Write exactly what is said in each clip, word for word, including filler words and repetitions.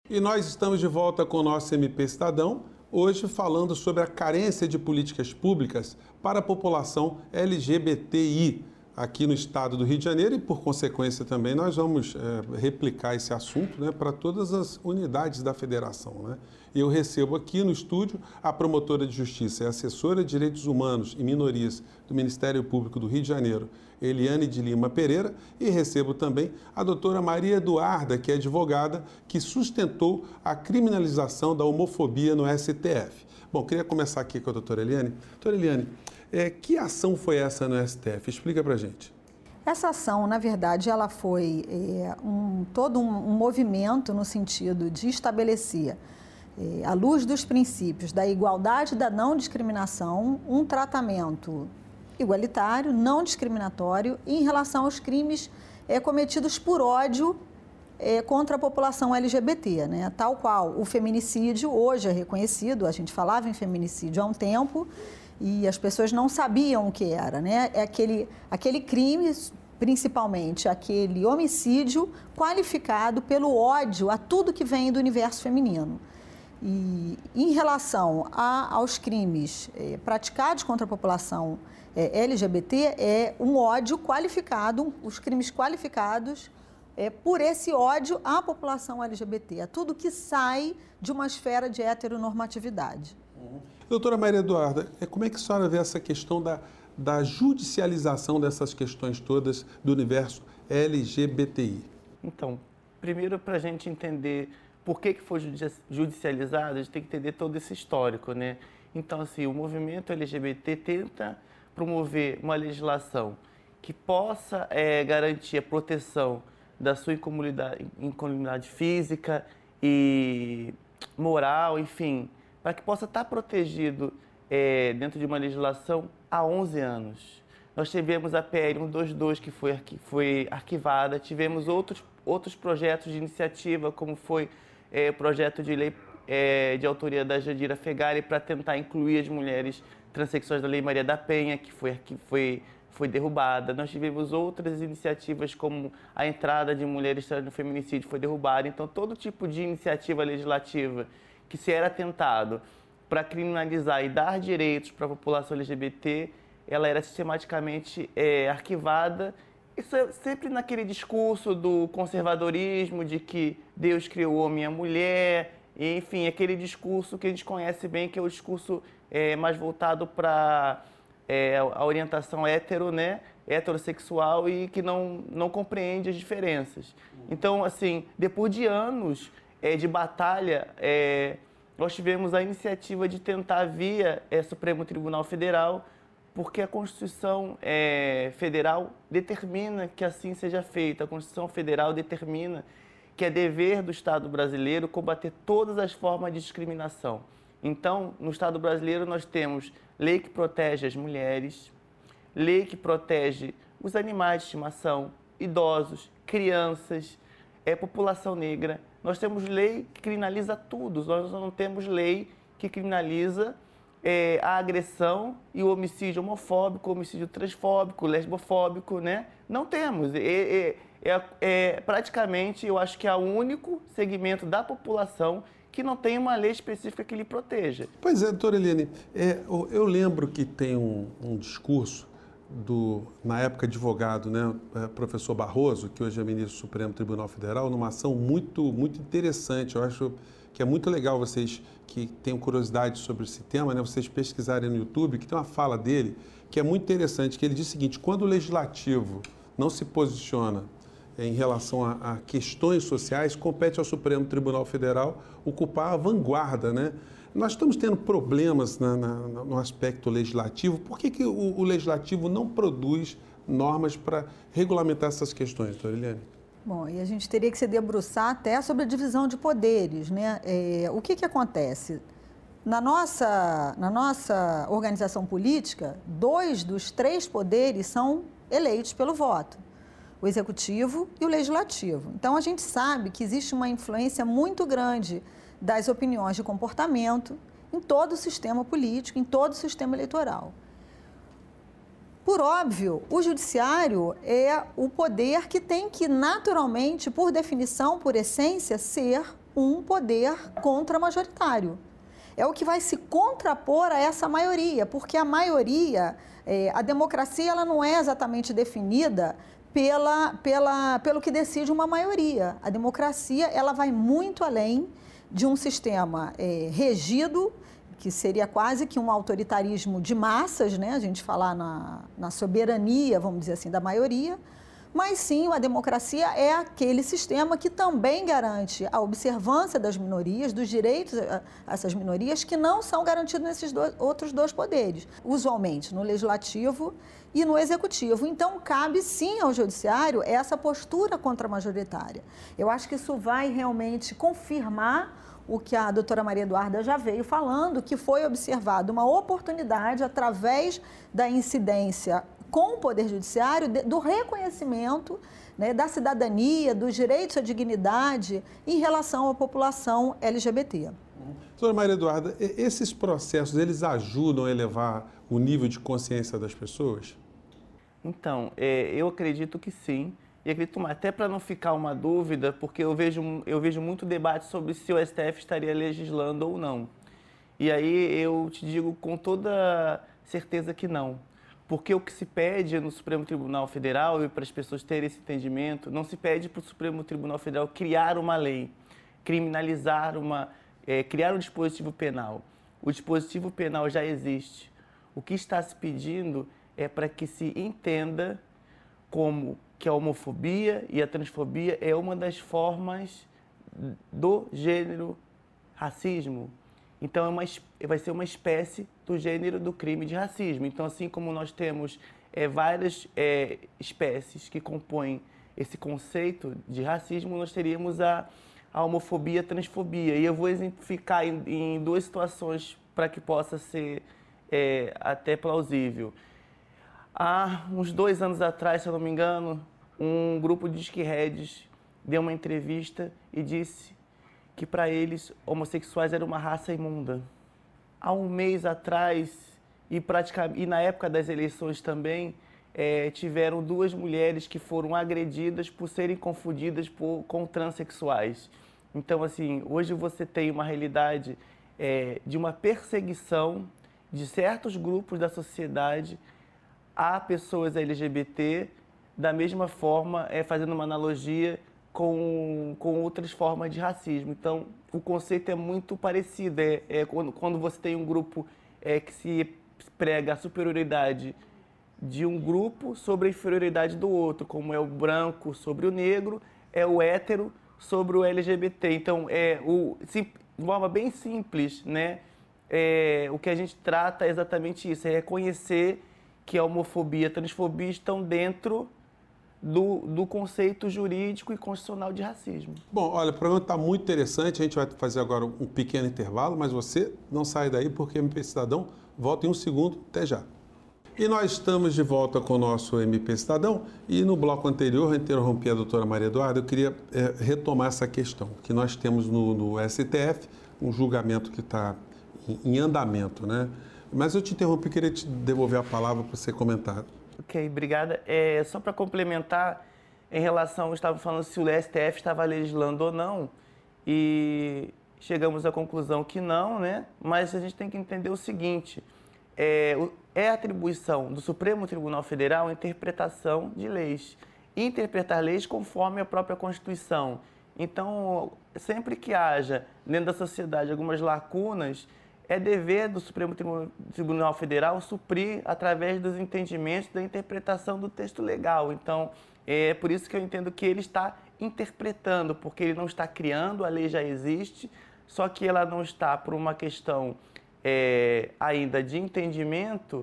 E nós estamos de volta com o nosso M P Cidadão, hoje falando sobre a carência de políticas públicas para a população L G B T I aqui no estado do Rio de Janeiro e, por consequência, também nós vamos é, replicar esse assunto, né, para todas as unidades da federação, né? Eu recebo aqui no estúdio a promotora de justiça e assessora de direitos humanos e minorias do Ministério Público do Rio de Janeiro, Eliane de Lima Pereira, e recebo também a doutora Maria Eduarda, que é advogada, que sustentou a criminalização da homofobia no S T F. Bom, queria começar aqui com a doutora Eliane. Doutora Eliane, é, que ação foi essa no S T F? Explica pra gente. Essa ação, na verdade, ela foi é, um, todo um, um movimento no sentido de estabelecer, é, à luz dos princípios da igualdade e da não discriminação, um tratamento igualitário, não discriminatório em relação aos crimes é, cometidos por ódio é, contra a população L G B T, né? Tal qual o feminicídio hoje é reconhecido, a gente falava em feminicídio há um tempo e as pessoas não sabiam o que era, né? É aquele, aquele crime, principalmente aquele homicídio qualificado pelo ódio a tudo que vem do universo feminino. E em relação a, aos crimes é, praticados contra a população é, L G B T, é um ódio qualificado, os crimes qualificados é, por esse ódio à população L G B T, é tudo que sai de uma esfera de heteronormatividade. Uhum. Doutora Maria Eduarda, como é que a senhora vê essa questão da, da judicialização dessas questões todas do universo L G B T I? Então, primeiro, para a gente entender por que, que foi judicializado, a gente tem que entender todo esse histórico, né? Então, assim, o movimento L G B T tenta promover uma legislação que possa é, garantir a proteção da sua incomunidade, incomunidade física e moral, enfim, para que possa estar protegido é, dentro de uma legislação há onze anos. Nós tivemos a P L cento e vinte e dois, que foi, que foi arquivada, tivemos outros, outros projetos de iniciativa, como foi é, o projeto de lei é, de autoria da Jandira Fegali para tentar incluir as mulheres transexuais da Lei Maria da Penha, que foi, que foi, foi derrubada. Nós tivemos outras iniciativas, como a entrada de mulheres trans no feminicídio, foi derrubada. Então, todo tipo de iniciativa legislativa que se era tentado para criminalizar e dar direitos para a população L G B T, ela era sistematicamente é, arquivada. Isso é sempre naquele discurso do conservadorismo, de que Deus criou o homem e a mulher, e, enfim, aquele discurso que a gente conhece bem, que é o discurso é, mais voltado para é, a orientação hétero, né, heterossexual, e que não, não compreende as diferenças. Então, assim, depois de anos é, de batalha, é, nós tivemos a iniciativa de tentar via é, Supremo Tribunal Federal, porque a Constituição é, Federal determina que assim seja feito. A Constituição Federal determina que é dever do Estado brasileiro combater todas as formas de discriminação. Então, no Estado brasileiro, nós temos lei que protege as mulheres, lei que protege os animais de estimação, idosos, crianças, é, população negra. Nós temos lei que criminaliza tudo, nós não temos lei que criminaliza É, a agressão e o homicídio homofóbico, o homicídio transfóbico, lesbofóbico, né? Não temos. É, é, é, é, praticamente, eu acho que é o único segmento da população que não tem uma lei específica que lhe proteja. Pois é, doutora Eliane, é, eu lembro que tem um, um discurso do, na época, advogado, né, professor Barroso, que hoje é ministro do Supremo Tribunal Federal, numa ação muito, muito interessante. Eu acho que é muito legal vocês que tenham curiosidade sobre esse tema, né, vocês pesquisarem no YouTube, que tem uma fala dele que é muito interessante, que ele diz o seguinte: quando o legislativo não se posiciona em relação a, a questões sociais, compete ao Supremo Tribunal Federal ocupar a vanguarda, né? Nós estamos tendo problemas na, na, no aspecto legislativo. Por que, que o, o legislativo não produz normas para regulamentar essas questões, doutora Eliane? Bom, e a gente teria que se debruçar até sobre a divisão de poderes, né? É, o que que acontece? Na nossa, na nossa organização política, dois dos três poderes são eleitos pelo voto, o executivo e o legislativo. Então, a gente sabe que existe uma influência muito grande das opiniões de comportamento em todo o sistema político, em todo o sistema eleitoral. Por óbvio, o judiciário é o poder que tem que, naturalmente, por definição, por essência, ser um poder contra-majoritário. É o que vai se contrapor a essa maioria, porque a maioria, é, a democracia, ela não é exatamente definida pela, pela, pelo que decide uma maioria. A democracia, ela vai muito além de um sistema é, regido, que seria quase que um autoritarismo de massas, né? A gente falar na, na soberania, vamos dizer assim, da maioria, mas sim, a democracia é aquele sistema que também garante a observância das minorias, dos direitos a essas minorias, que não são garantidos nesses dois, outros dois poderes, usualmente no legislativo e no executivo. Então, cabe sim ao judiciário essa postura contra-majoritária. Eu acho que isso vai realmente confirmar o que a doutora Maria Eduarda já veio falando, que foi observado uma oportunidade através da incidência com o Poder Judiciário, do reconhecimento, né, da cidadania, dos direitos à dignidade em relação à população L G B T. Doutora Maria Eduarda, esses processos, eles ajudam a elevar o nível de consciência das pessoas? Então, é, eu acredito que sim. E acredito, até para não ficar uma dúvida, porque eu vejo, eu vejo muito debate sobre se o S T F estaria legislando ou não. E aí eu te digo com toda certeza que não. Porque o que se pede no Supremo Tribunal Federal, e para as pessoas terem esse entendimento, não se pede para o Supremo Tribunal Federal criar uma lei, criminalizar uma, é, criar um dispositivo penal. O dispositivo penal já existe. O que está se pedindo é para que se entenda como que a homofobia e a transfobia é uma das formas do gênero racismo. Então, é uma, vai ser uma espécie do gênero do crime de racismo. Então, assim como nós temos é, várias é, espécies que compõem esse conceito de racismo, nós teríamos a, a homofobia e a transfobia. E eu vou exemplificar em, em duas situações para que possa ser é, até plausível. Há uns dois anos atrás, se eu não me engano, um grupo de skinheads deu uma entrevista e disse que para eles homossexuais era uma raça imunda. Há um mês atrás, e, praticamente, e na época das eleições também, é, tiveram duas mulheres que foram agredidas por serem confundidas por, com transexuais. Então, assim, hoje você tem uma realidade é, de uma perseguição de certos grupos da sociedade a pessoas L G B T, da mesma forma, é, fazendo uma analogia com, com outras formas de racismo. Então, o conceito é muito parecido. É, é quando, quando você tem um grupo é, que se prega a superioridade de um grupo sobre a inferioridade do outro, como é o branco sobre o negro, é o hétero sobre o L G B T. Então, é o, de forma bem simples, né? É, o que a gente trata é exatamente isso, é reconhecer que a homofobia e a transfobia estão dentro Do, do conceito jurídico e constitucional de racismo. Bom, olha, o programa está muito interessante, a gente vai fazer agora um pequeno intervalo, mas você não sai daí porque o M P Cidadão volta em um segundo, até já. E nós estamos de volta com o nosso M P Cidadão e no bloco anterior, eu interrompi a doutora Maria Eduarda, eu queria é, retomar essa questão, que nós temos no, no S T F um julgamento que está em, em andamento, né? Mas eu te interrompi, queria te devolver a palavra para você comentar. Ok, obrigada. É, só para complementar, em relação, estava falando se o S T F estava legislando ou não, e chegamos à conclusão que não, né? Mas a gente tem que entender o seguinte, é, é atribuição do Supremo Tribunal Federal a interpretação de leis, interpretar leis conforme a própria Constituição. Então, sempre que haja dentro da sociedade algumas lacunas, é dever do Supremo Tribunal Federal suprir através dos entendimentos da interpretação do texto legal. Então, é por isso que eu entendo que ele está interpretando, porque ele não está criando, a lei já existe, só que ela não está por uma questão é, ainda de entendimento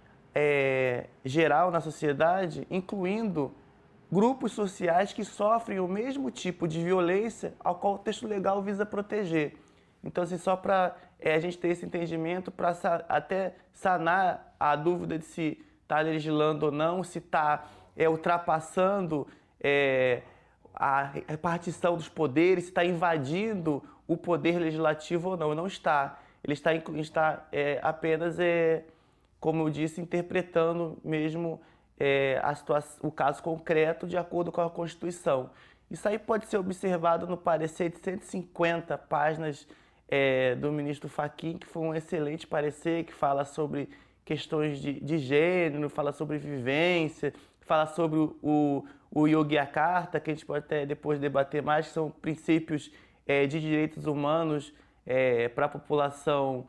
é, geral na sociedade, incluindo grupos sociais que sofrem o mesmo tipo de violência ao qual o texto legal visa proteger. Então, assim, só para é, a gente ter esse entendimento, para sa até sanar a dúvida de se está legislando ou não, se está é, ultrapassando é, a repartição dos poderes, se está invadindo o poder legislativo ou não. Não está. Ele está, está é, apenas, é, como eu disse, interpretando mesmo é, a situação, o caso concreto de acordo com a Constituição. Isso aí pode ser observado no parecer de cento e cinquenta páginas é, do ministro Fachin, que foi um excelente parecer, que fala sobre questões de, de gênero, fala sobre vivência, fala sobre o, o Yogyakarta, que a gente pode até depois debater mais, que são princípios é, de direitos humanos é, para a população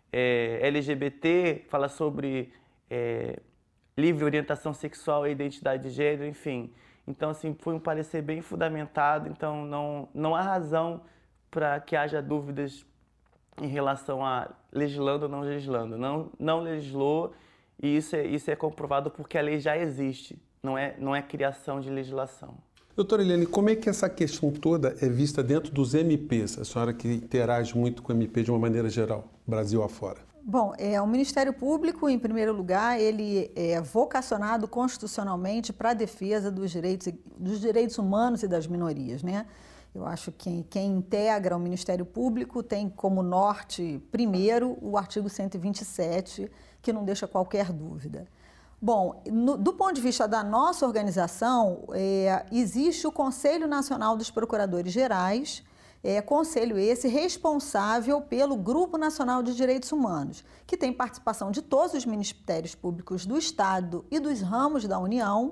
é, L G B T, fala sobre é, livre orientação sexual e identidade de gênero, enfim. Então, assim, foi um parecer bem fundamentado, então não, não há razão para que haja dúvidas em relação a legislando ou não legislando. Não, não legislou e isso é, isso é comprovado porque a lei já existe, não é, não é criação de legislação. Doutora Eliane, como é que essa questão toda é vista dentro dos M Ps? A senhora que interage muito com o M P de uma maneira geral, Brasil afora. Bom, é, o Ministério Público, em primeiro lugar, ele é vocacionado constitucionalmente para a defesa dos direitos, dos direitos humanos e das minorias, né? Eu acho que quem integra o Ministério Público tem como norte, primeiro, o artigo cento e vinte e sete, que não deixa qualquer dúvida. Bom, no, do ponto de vista da nossa organização, é, existe o Conselho Nacional dos Procuradores Gerais, é, conselho esse responsável pelo Grupo Nacional de Direitos Humanos, que tem participação de todos os ministérios públicos do Estado e dos ramos da União,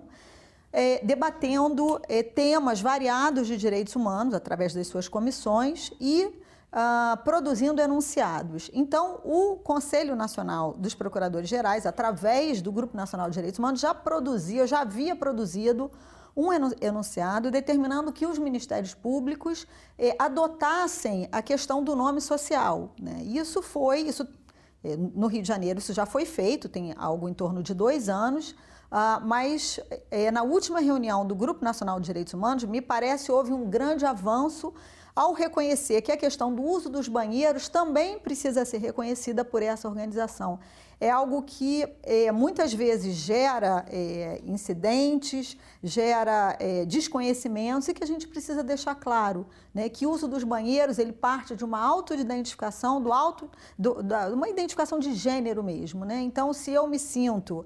é, debatendo é, temas variados de direitos humanos através das suas comissões e ah, produzindo enunciados. Então, o Conselho Nacional dos Procuradores Gerais, através do Grupo Nacional de Direitos Humanos, já produzia, já havia produzido um enunciado determinando que os ministérios públicos eh, adotassem a questão do nome social, né? Isso foi, isso, eh, no Rio de Janeiro isso já foi feito, tem algo em torno de dois anos, ah, mas eh, na última reunião do Grupo Nacional de Direitos Humanos, me parece houve um grande avanço ao reconhecer que a questão do uso dos banheiros também precisa ser reconhecida por essa organização. É algo que é, muitas vezes gera é, incidentes, gera é, desconhecimentos e que a gente precisa deixar claro, né, que o uso dos banheiros ele parte de uma autoidentificação, do auto, do, da, uma identificação de gênero mesmo, né? Então, se eu me sinto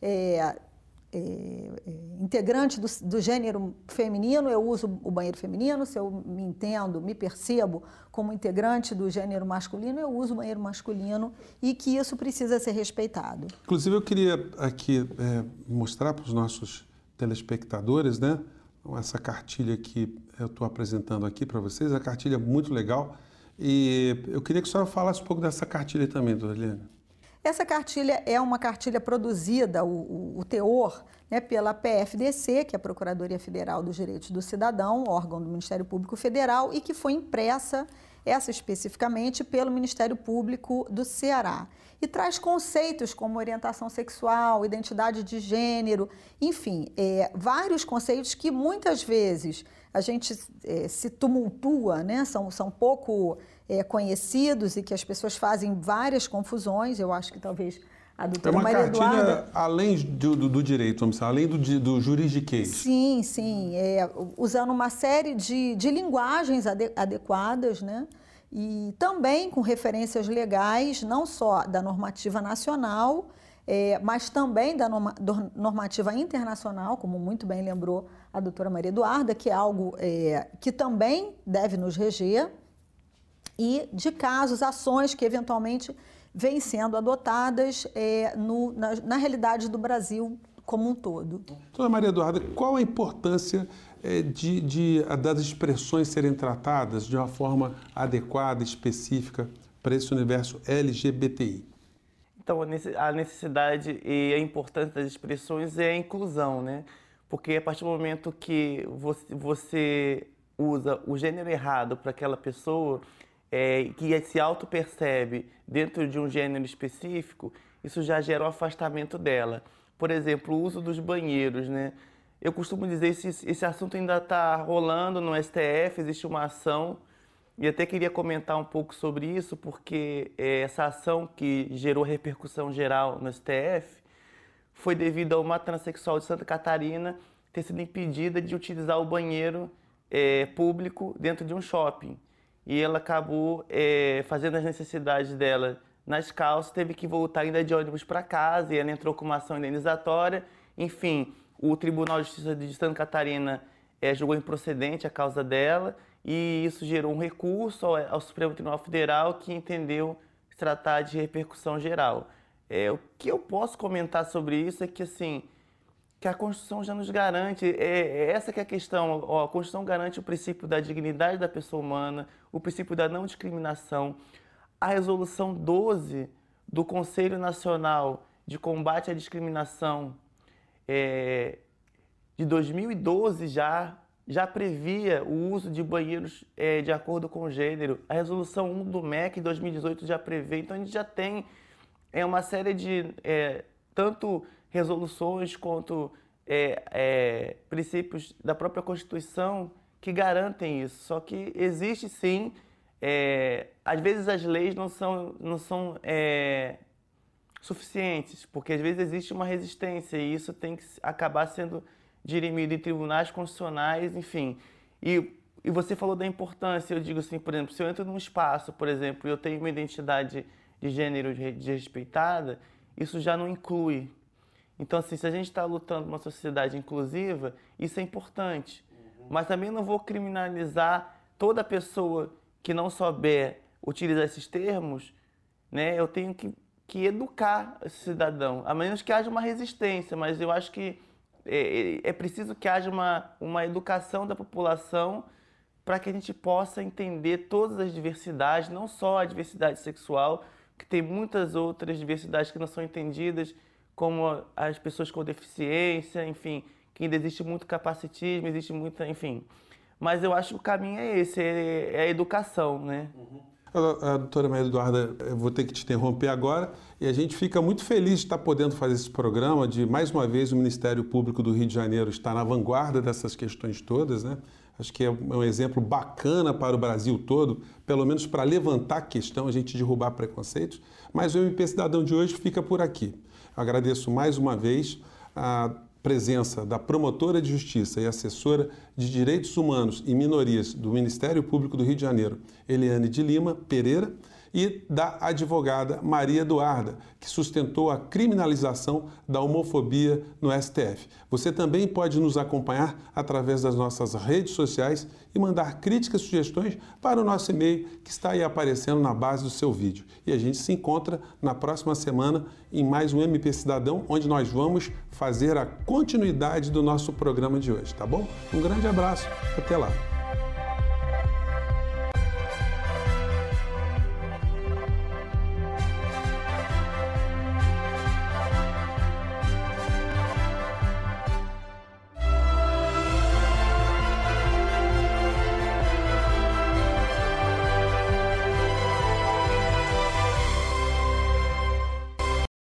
é, É, é, integrante do, do gênero feminino, eu uso o banheiro feminino. Se eu me entendo, me percebo como integrante do gênero masculino, eu uso o banheiro masculino e que isso precisa ser respeitado. Inclusive, eu queria aqui é, mostrar para os nossos telespectadores, né, essa cartilha que eu estou apresentando aqui para vocês, a cartilha é muito legal e eu queria que a senhora falasse um pouco dessa cartilha também, doutora Eliane. Essa cartilha é uma cartilha produzida, o, o, o teor, né, pela P F D C, que é a Procuradoria Federal dos Direitos do Cidadão, órgão do Ministério Público Federal, e que foi impressa, essa especificamente, pelo Ministério Público do Ceará. E traz conceitos como orientação sexual, identidade de gênero, enfim, é, vários conceitos que muitas vezes a gente é, se tumultua, né, são, são pouco é, conhecidos e que as pessoas fazem várias confusões. Eu acho que talvez a doutora Maria Eduarda... É uma cartilha além do, do, do direito, vamos dizer, além do, do juridiquês. Sim, sim, é, usando uma série de, de linguagens ade, adequadas, né? E também com referências legais, não só da normativa nacional, é, mas também da norma, normativa internacional, como muito bem lembrou a doutora Maria Eduarda, que é algo é, que também deve nos reger, e de casos, ações que eventualmente vêm sendo adotadas é, no, na, na realidade do Brasil como um todo. Doutora Maria Eduarda, qual a importância é, de, de, das expressões serem tratadas de uma forma adequada, específica para esse universo L G B T I? Então, a necessidade e a importância das expressões é a inclusão, né? Porque a partir do momento que você, você usa o gênero errado para aquela pessoa, é, que se auto-percebe dentro de um gênero específico, isso já gera um afastamento dela. Por exemplo, o uso dos banheiros, né? Eu costumo dizer que esse, esse assunto ainda está rolando no S T F, existe uma ação, e até queria comentar um pouco sobre isso, porque é, essa ação que gerou repercussão geral no S T F foi devido a uma transexual de Santa Catarina ter sido impedida de utilizar o banheiro é, público dentro de um shopping. E ela acabou é, fazendo as necessidades dela nas calças, teve que voltar ainda de ônibus para casa, e ela entrou com uma ação indenizatória. Enfim, o Tribunal de Justiça de Santa Catarina é, julgou improcedente a causa dela e isso gerou um recurso ao, ao Supremo Tribunal Federal, que entendeu se tratar de repercussão geral. É, o que eu posso comentar sobre isso é que, assim, que a Constituição já nos garante, é, é essa que é a questão, ó, a Constituição garante o princípio da dignidade da pessoa humana, o princípio da não discriminação. A Resolução doze do Conselho Nacional de Combate à Discriminação é, de dois mil e doze já, já previa o uso de banheiros é, de acordo com o gênero. A Resolução um do M E C de dois mil e dezoito já prevê, então a gente já tem é, uma série de é, tanto resoluções quanto é, é, princípios da própria Constituição que garantem isso. Só que existe sim, é, às vezes as leis não são, não são é, suficientes, porque às vezes existe uma resistência e isso tem que acabar sendo dirimido em tribunais constitucionais, enfim. E, e você falou da importância, eu digo assim, por exemplo, se eu entro num espaço, por exemplo, e eu tenho uma identidade de gênero desrespeitada, isso já não inclui. Então, assim, se a gente está lutando por uma sociedade inclusiva, isso é importante. Uhum. Mas também não vou criminalizar toda pessoa que não souber utilizar esses termos, né? Eu tenho que, que educar esse cidadão, a menos que haja uma resistência, mas eu acho que é, é preciso que haja uma, uma educação da população para que a gente possa entender todas as diversidades, não só a diversidade sexual, que tem muitas outras diversidades que não são entendidas, como as pessoas com deficiência, enfim, que ainda existe muito capacitismo, existe muita, enfim. Mas eu acho que o caminho é esse, é a educação, né? Uhum. A, a doutora Maria Eduarda, eu vou ter que te interromper agora, e a gente fica muito feliz de estar podendo fazer esse programa, de mais uma vez o Ministério Público do Rio de Janeiro estar na vanguarda dessas questões todas, né? Acho que é um exemplo bacana para o Brasil todo, pelo menos para levantar a questão, a gente derrubar preconceitos. Mas o M P Cidadão de hoje fica por aqui. Agradeço mais uma vez a presença da promotora de justiça e assessora de direitos humanos e minorias do Ministério Público do Rio de Janeiro, Eliane de Lima Pereira, e da advogada Maria Eduarda, que sustentou a criminalização da homofobia no S T F. Você também pode nos acompanhar através das nossas redes sociais e mandar críticas e sugestões para o nosso e-mail que está aí aparecendo na base do seu vídeo. E a gente se encontra na próxima semana em mais um M P Cidadão, onde nós vamos fazer a continuidade do nosso programa de hoje, tá bom? Um grande abraço, até lá!